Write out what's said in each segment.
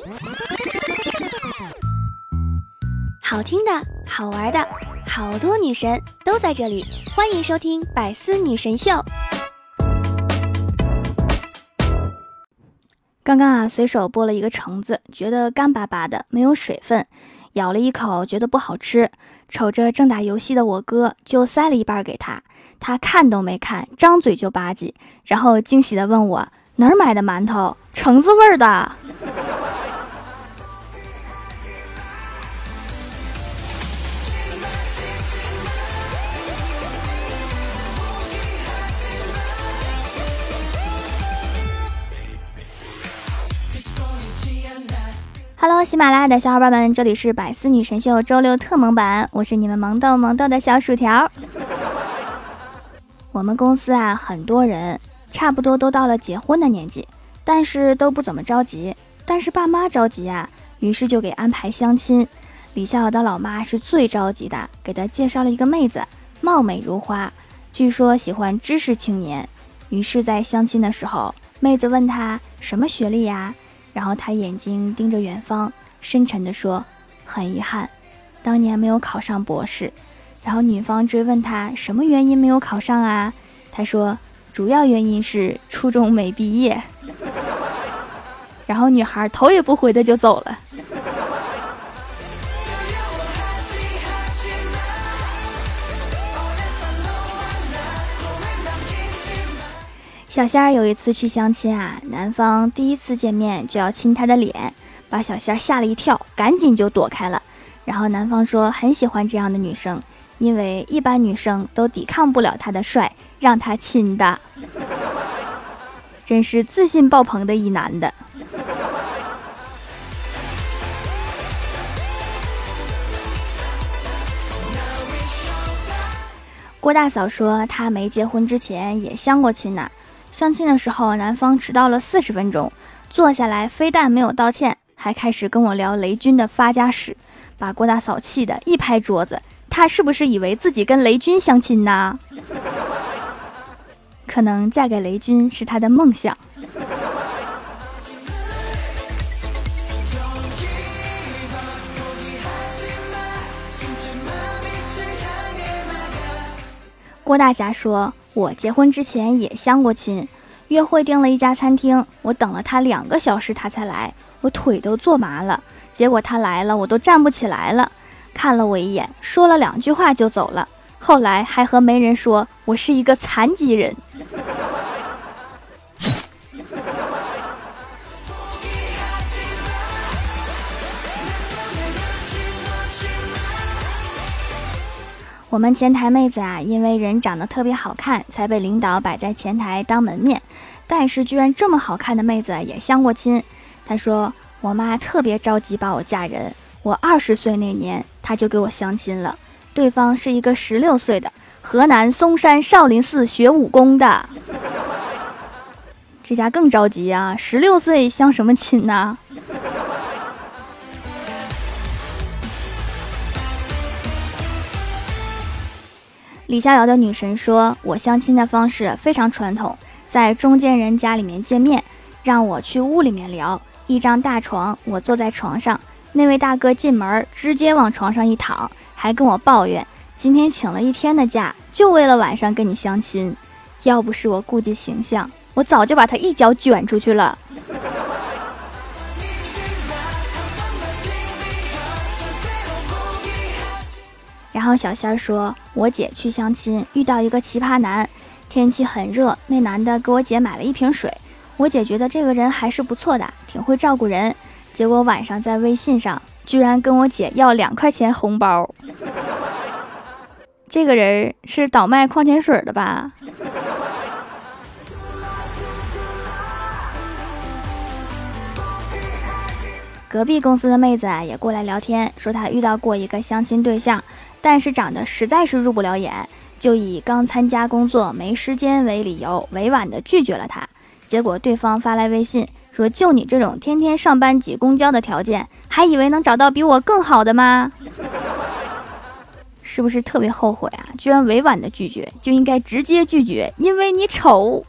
好听的，好玩的，好多女神都在这里，欢迎收听百思女神秀。刚刚随手剥了一个橙子，觉得干巴巴的，没有水分，咬了一口，觉得不好吃。瞅着正打游戏的我哥，就塞了一半给他，他看都没看，张嘴就吧唧，然后惊喜地问我哪儿买的馒头，橙子味儿的。Hello， 喜马拉雅的小伙伴们，这里是百思女神秀周六特萌版，我是你们萌豆的小薯条。我们公司啊，很多人差不多都到了结婚的年纪，但是都不怎么着急，但是爸妈着急啊，于是就给安排相亲。李逍遥的老妈是最着急的，给他介绍了一个妹子，貌美如花，据说喜欢知识青年。于是在相亲的时候，妹子问他什么学历呀？然后他眼睛盯着远方，深沉地说，很遗憾当年没有考上博士。然后女方追问他什么原因没有考上啊？他说主要原因是初中没毕业。然后女孩头也不回的就走了。小仙儿有一次去相亲啊，男方第一次见面就要亲她的脸，把小仙儿吓了一跳，赶紧就躲开了。然后男方说很喜欢这样的女生，因为一般女生都抵抗不了他的帅，让他亲的。真是自信爆棚的一男的。郭大嫂说她没结婚之前也相过亲呢。相亲的时候，男方迟到了40分钟，坐下来非但没有道歉，还开始跟我聊雷军的发家史，把郭大嫂气得一拍桌子，他是不是以为自己跟雷军相亲呢？可能嫁给雷军是他的梦想。郭大侠说，我结婚之前也相过亲，约会订了一家餐厅，我等了他2个小时他才来，我腿都坐麻了，结果他来了，我都站不起来了，看了我一眼，说了2句话就走了，后来还和媒人说我是一个残疾人。我们前台妹子啊，因为人长得特别好看，才被领导摆在前台当门面。但是居然这么好看的妹子也相过亲。她说，我妈特别着急把我嫁人，我20岁那年，她就给我相亲了。对方是一个16岁的河南嵩山少林寺学武功的。这家更着急啊，16岁相什么亲呢？李逍遥的女神说，我相亲的方式非常传统，在中间人家里面见面，让我去屋里面聊，一张大床，我坐在床上，那位大哥进门直接往床上一躺，还跟我抱怨今天请了1天的假，就为了晚上跟你相亲。要不是我顾及形象，我早就把他一脚卷出去了。然后小仙儿说，我姐去相亲遇到一个奇葩男，天气很热，那男的给我姐买了一瓶水，我姐觉得这个人还是不错的，挺会照顾人，结果晚上在微信上居然跟我姐要2块钱红包。这个人是倒卖矿泉水的吧？隔壁公司的妹子啊也过来聊天，说她遇到过一个相亲对象，但是长得实在是入不了眼，就以刚参加工作没时间为理由，委婉的拒绝了他。结果对方发来微信说，就你这种天天上班挤公交的条件，还以为能找到比我更好的吗？是不是特别后悔啊？居然委婉的拒绝，就应该直接拒绝，因为你丑。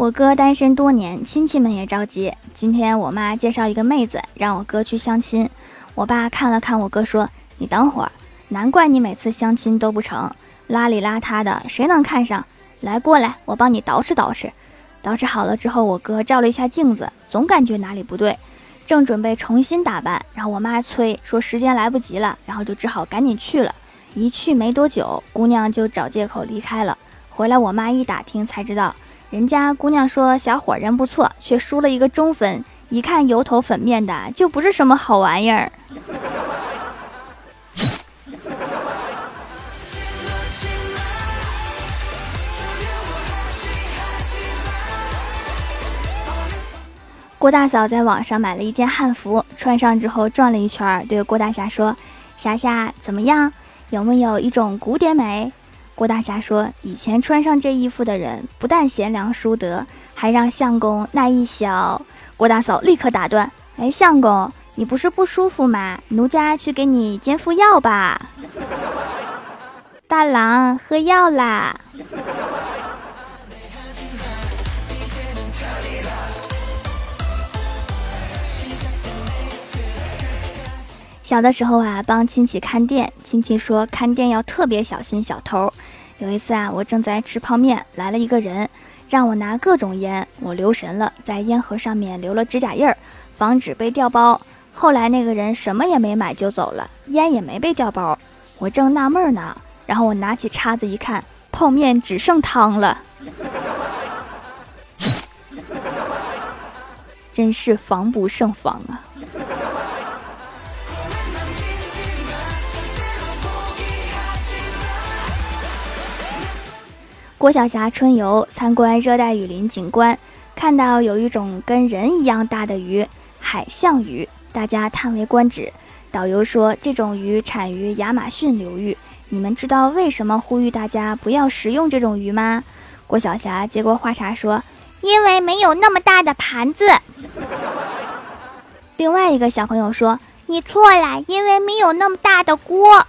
我哥单身多年，亲戚们也着急。今天我妈介绍一个妹子，让我哥去相亲。我爸看了看我哥说：“你等会儿，难怪你每次相亲都不成，邋里邋遢的，谁能看上？来，过来，我帮你捯饬捯饬。”捯饬好了之后，我哥照了一下镜子，总感觉哪里不对，正准备重新打扮，然后我妈催说时间来不及了，然后就只好赶紧去了。一去没多久，姑娘就找借口离开了。回来我妈一打听才知道，人家姑娘说小伙人不错，却输了一个中分，一看油头粉面的，就不是什么好玩意儿。郭大嫂在网上买了一件汉服，穿上之后转了一圈，对郭大侠说：“霞霞怎么样？有没有一种古典美？”郭大侠说：“以前穿上这衣服的人，不但贤良淑德，还让相公那一小。”郭大嫂立刻打断：“哎，相公，你不是不舒服吗？奴家去给你煎副药吧。”大郎喝药啦。小的时候啊，帮亲戚看店，亲戚说看店要特别小心小偷。有一次啊，我正在吃泡面，来了一个人，让我拿各种烟，我留神了，在烟盒上面留了指甲印儿，防止被调包。后来那个人什么也没买就走了，烟也没被调包。我正纳闷呢，然后我拿起叉子一看，泡面只剩汤了，真是防不胜防啊。郭晓霞春游参观热带雨林景观，看到有一种跟人一样大的鱼，海象鱼，大家叹为观止。导游说这种鱼产于亚马逊流域，你们知道为什么呼吁大家不要食用这种鱼吗？郭晓霞接过话茬说：“因为没有那么大的盘子。”另外一个小朋友说：“你错了，因为没有那么大的锅。”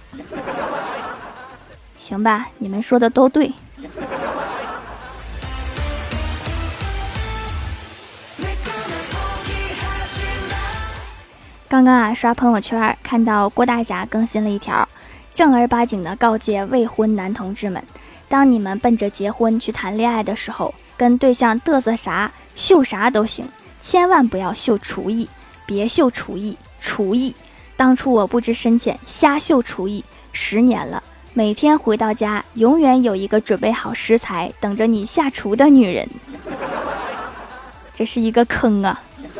行吧，你们说的都对。刚刚啊，刷朋友圈看到郭大侠更新了一条，正儿八经的告诫未婚男同志们，当你们奔着结婚去谈恋爱的时候，跟对象嘚瑟啥秀啥都行，千万不要秀厨艺，别秀厨艺。当初我不知深浅，瞎秀厨艺10年了，每天回到家永远有一个准备好食材等着你下厨的女人，这是一个坑啊。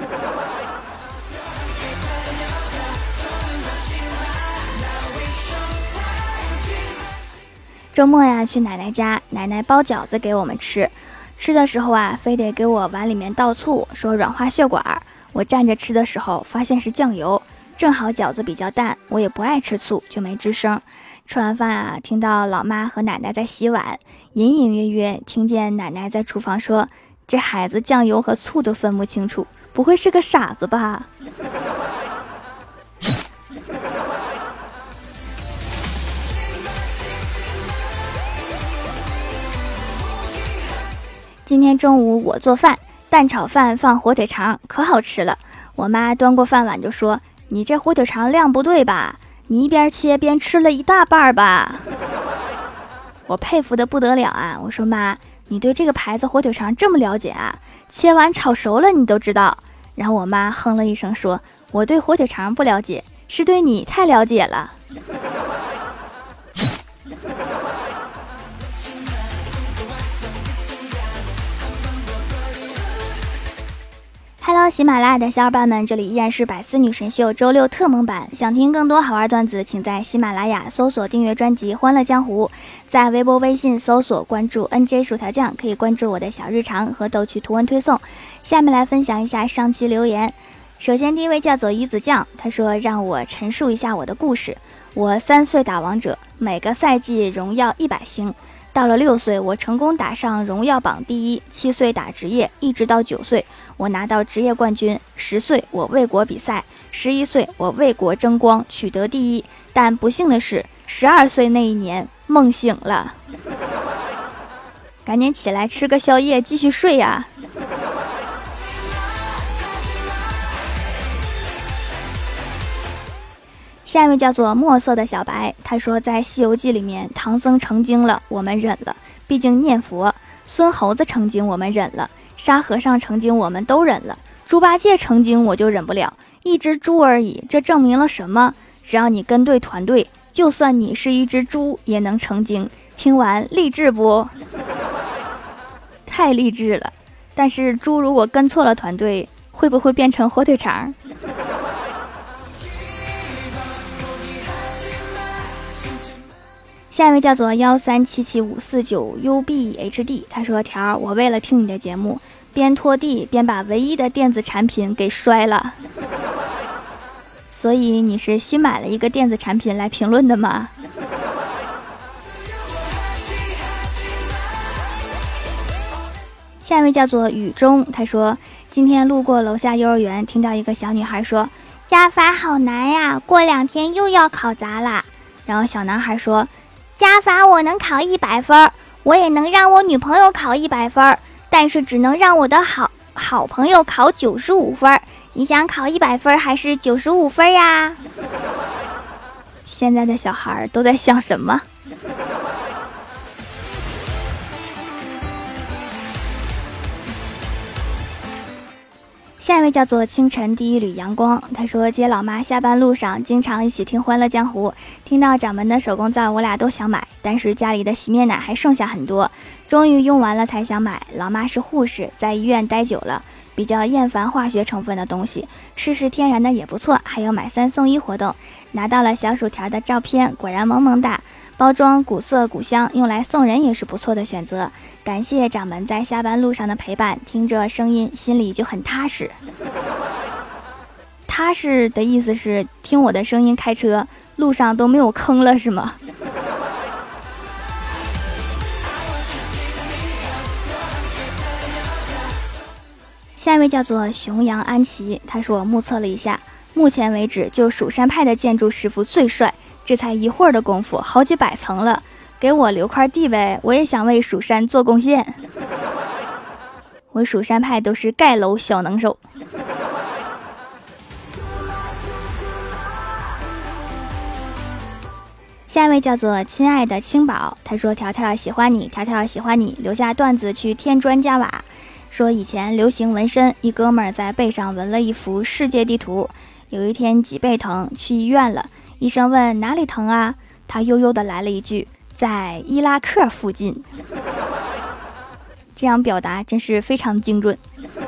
周末呀，去奶奶家，奶奶包饺子给我们吃。吃的时候啊，非得给我碗里面倒醋，说软化血管。我蘸着吃的时候，发现是酱油。正好饺子比较淡，我也不爱吃醋，就没吱声。吃完饭啊，听到老妈和奶奶在洗碗，隐隐约约听见奶奶在厨房说：“这孩子酱油和醋都分不清楚，不会是个傻子吧？”今天中午我做饭，蛋炒饭放火腿肠，可好吃了。我妈端过饭碗就说：“你这火腿肠量不对吧？你一边切边吃了一大半吧。”我佩服的不得了啊！我说妈，你对这个牌子火腿肠这么了解啊？切完炒熟了你都知道。然后我妈哼了一声说：“我对火腿肠不了解，是对你太了解了。” Hello， 喜马拉雅的小伙伴们，这里依然是百思女神秀周六特蒙版。想听更多好玩段子，请在喜马拉雅搜索订阅专辑《欢乐江湖》，在微博、微信搜索关注 NJ 薯条酱，可以关注我的小日常和逗趣图文推送。下面来分享一下上期留言。首先第一位叫做鱼子酱，他说让我陈述一下我的故事。我3岁打王者，每个赛季荣耀100星。到了6岁，我成功打上荣耀榜第一。7岁打职业，一直到9岁，我拿到职业冠军。10岁，我为国比赛。11岁，我为国争光，取得第一。但不幸的是，12岁那一年，梦醒了。赶紧起来吃个宵夜，继续睡呀！ 下一位叫做墨色的小白，他说在《西游记》里面，唐僧成精了，我们忍了，毕竟念佛；孙猴子成精，我们忍了；沙和尚成精，我们都忍了；猪八戒成精，我就忍不了。一只猪而已，这证明了什么？只要你跟对团队，就算你是一只猪，也能成精。听完励志不？太励志了。但是猪如果跟错了团队，会不会变成火腿肠？下一位叫做1377549UBHD，他说条我为了听你的节目，边拖地边把唯一的电子产品给摔了。所以你是新买了一个电子产品来评论的吗？下一位叫做雨中，他说今天路过楼下幼儿园，听到一个小女孩说加法好难呀，过2天又要考砸啦。然后小男孩说加法我能考100分，我也能让我女朋友考100分，但是只能让我的好朋友考95分。你想考100分还是95分呀？现在的小孩都在想什么？下一位叫做清晨第一缕阳光，他说接老妈下班路上经常一起听欢乐江湖，听到掌门的手工皂我俩都想买，但是家里的洗面奶还剩下很多，终于用完了才想买。老妈是护士，在医院待久了，比较厌烦化学成分的东西，试试天然的也不错，还有买3送1活动，拿到了小薯条的照片，果然萌萌哒，包装古色古香，用来送人也是不错的选择。感谢掌门在下班路上的陪伴，听着声音心里就很踏实。踏实的意思是听我的声音开车路上都没有坑了是吗？下一位叫做熊羊安琪，他说我目测了一下，目前为止就蜀山派的建筑师傅最帅，这才一会儿的功夫好几百层了，给我留块地呗，我也想为蜀山做贡献。我蜀山派都是盖楼小能手。下一位叫做亲爱的青宝，他说条条喜欢你，条条喜欢你，留下段子去添砖加瓦。说以前流行纹身，一哥们儿在背上纹了一幅世界地图，有一天脊背疼，去医院了，医生问哪里疼啊，他悠悠的来了一句在伊拉克附近。这样表达真是非常精准。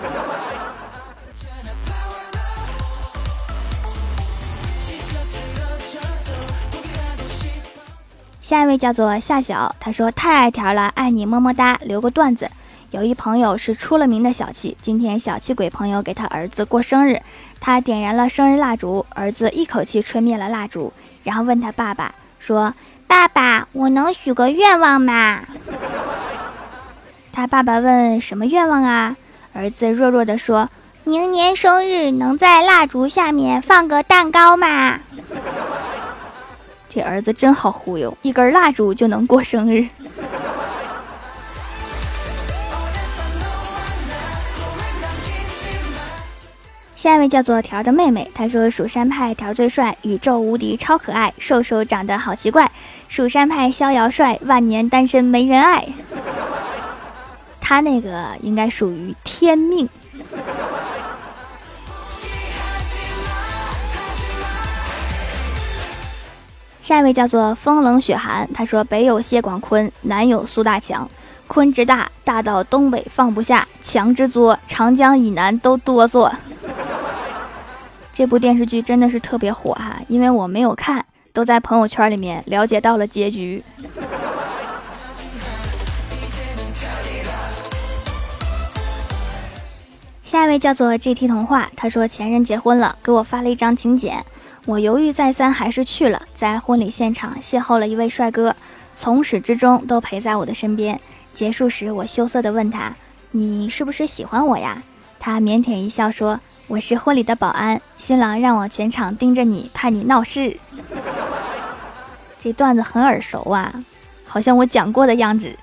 下一位叫做夏晓，他说太爱条了，爱你么么哒。留个段子，有一朋友是出了名的小气，今天小气鬼朋友给他儿子过生日，他点燃了生日蜡烛，儿子一口气吹灭了蜡烛，然后问他爸爸说爸爸，我能许个愿望吗？他爸爸问什么愿望啊？儿子弱弱地说明年生日能在蜡烛下面放个蛋糕吗？这儿子真好忽悠，一根蜡烛就能过生日。下一位叫做条的妹妹，她说蜀山派条最帅，宇宙无敌超可爱，瘦瘦长得好奇怪，蜀山派逍遥帅，万年单身没人爱。他那个应该属于天命。下一位叫做风冷雪寒，他说北有谢广坤，南有苏大强，坤之大，大到东北放不下，强之作，长江以南都多做。这部电视剧真的是特别火哈，因为我没有看，都在朋友圈里面了解到了结局。下一位叫做 GT 童话，他说前任结婚了，给我发了一张请柬，我犹豫再三还是去了，在婚礼现场邂逅了一位帅哥，从始至终都陪在我的身边。结束时我羞涩地问他，你是不是喜欢我呀？他腼腆一笑说，我是婚礼的保安，新郎让我全场盯着你，怕你闹事。这段子很耳熟啊，好像我讲过的样子。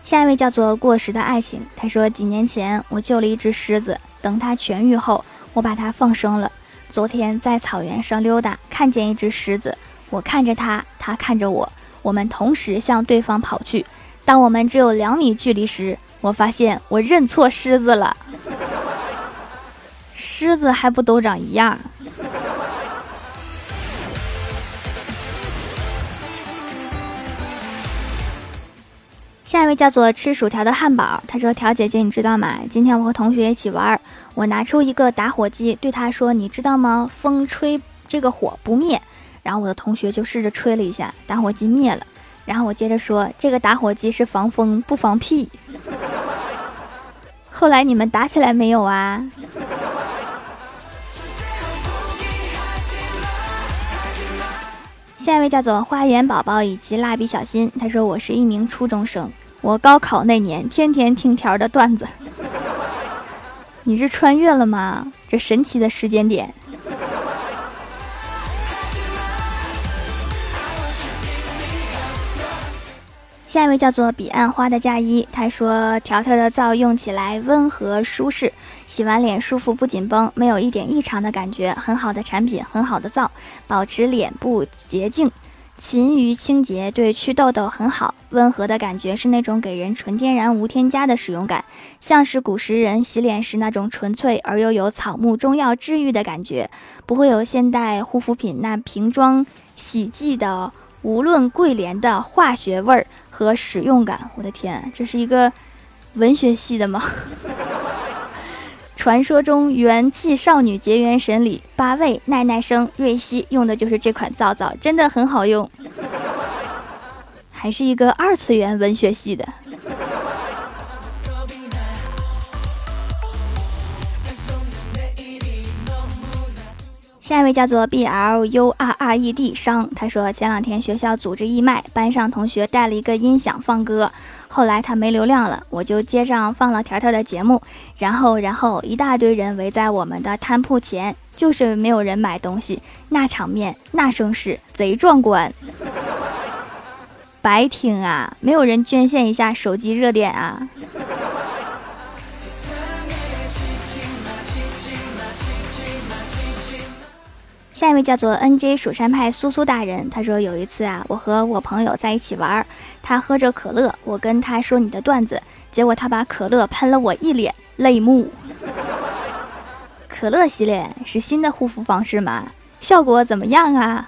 下一位叫做过时的爱情，他说几年前我救了一只狮子，等它痊愈后我把它放生了。昨天在草原上溜达，看见一只狮子，我看着它，它看着我，我们同时向对方跑去。当我们只有2米距离时，我发现我认错狮子了。狮子还不都长一样？下一位叫做吃薯条的汉堡，他说条姐姐你知道吗，今天我和同学一起玩，我拿出一个打火机对他说，你知道吗，风吹这个火不灭。然后我的同学就试着吹了一下，打火机灭了。然后我接着说，这个打火机是防风不防屁。后来你们打起来没有啊？下一位叫做花园宝宝以及蜡笔小新，他说我是一名初中生，我高考那年天天听条的段子。你是穿越了吗？这神奇的时间点。下一位叫做彼岸花的嫁衣，他说条条的皂用起来温和舒适，洗完脸舒服不紧绷，没有一点异常的感觉，很好的产品，很好的皂，保持脸部洁净，勤于清洁，对祛痘痘很好。温和的感觉是那种给人纯天然无添加的使用感，像是古时人洗脸时那种纯粹而又有草木中药治愈的感觉，不会有现代护肤品那瓶装洗剂的无论贵廉的化学味儿和使用感。我的天，这是一个文学系的吗？传说中元气少女结缘神里八味奈奈生瑞希用的就是这款皂皂，真的很好用。还是一个2次元文学系的。下一位叫做 BLURRED 商，他说前2天学校组织义卖，班上同学带了一个音响放歌，后来他没流量了，我就接上放了条条的节目，然后一大堆人围在我们的摊铺前，就是没有人买东西，那场面那声势贼壮观。白听啊，没有人捐献一下手机热点啊。下一位叫做 NJ 蜀山派苏苏大人，他说有一次啊，我和我朋友在一起玩，他喝着可乐，我跟他说你的段子，结果他把可乐喷了我一脸，泪目。可乐洗脸是新的护肤方式吗？效果怎么样啊？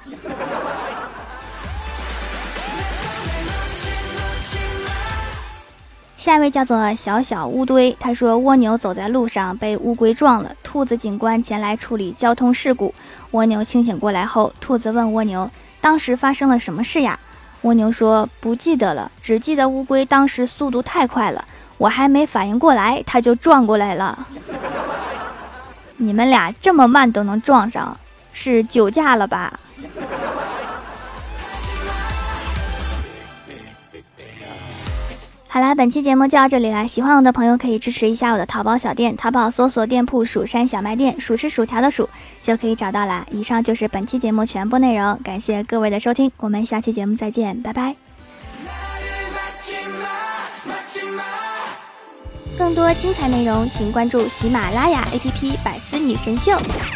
下一位叫做小小乌堆，他说蜗牛走在路上被乌龟撞了，兔子警官前来处理交通事故。蜗牛清醒过来后，兔子问蜗牛当时发生了什么事呀？蜗牛说不记得了，只记得乌龟当时速度太快了，我还没反应过来它就撞过来了。你们俩这么慢都能撞上，是酒驾了吧？好啦，本期节目就到这里啦！喜欢我的朋友可以支持一下我的淘宝小店，淘宝搜索店铺蜀山小卖店，蜀是薯条的蜀，就可以找到啦。以上就是本期节目全部内容，感谢各位的收听，我们下期节目再见，拜拜。更多精彩内容请关注喜马拉雅 APP 百思女神秀。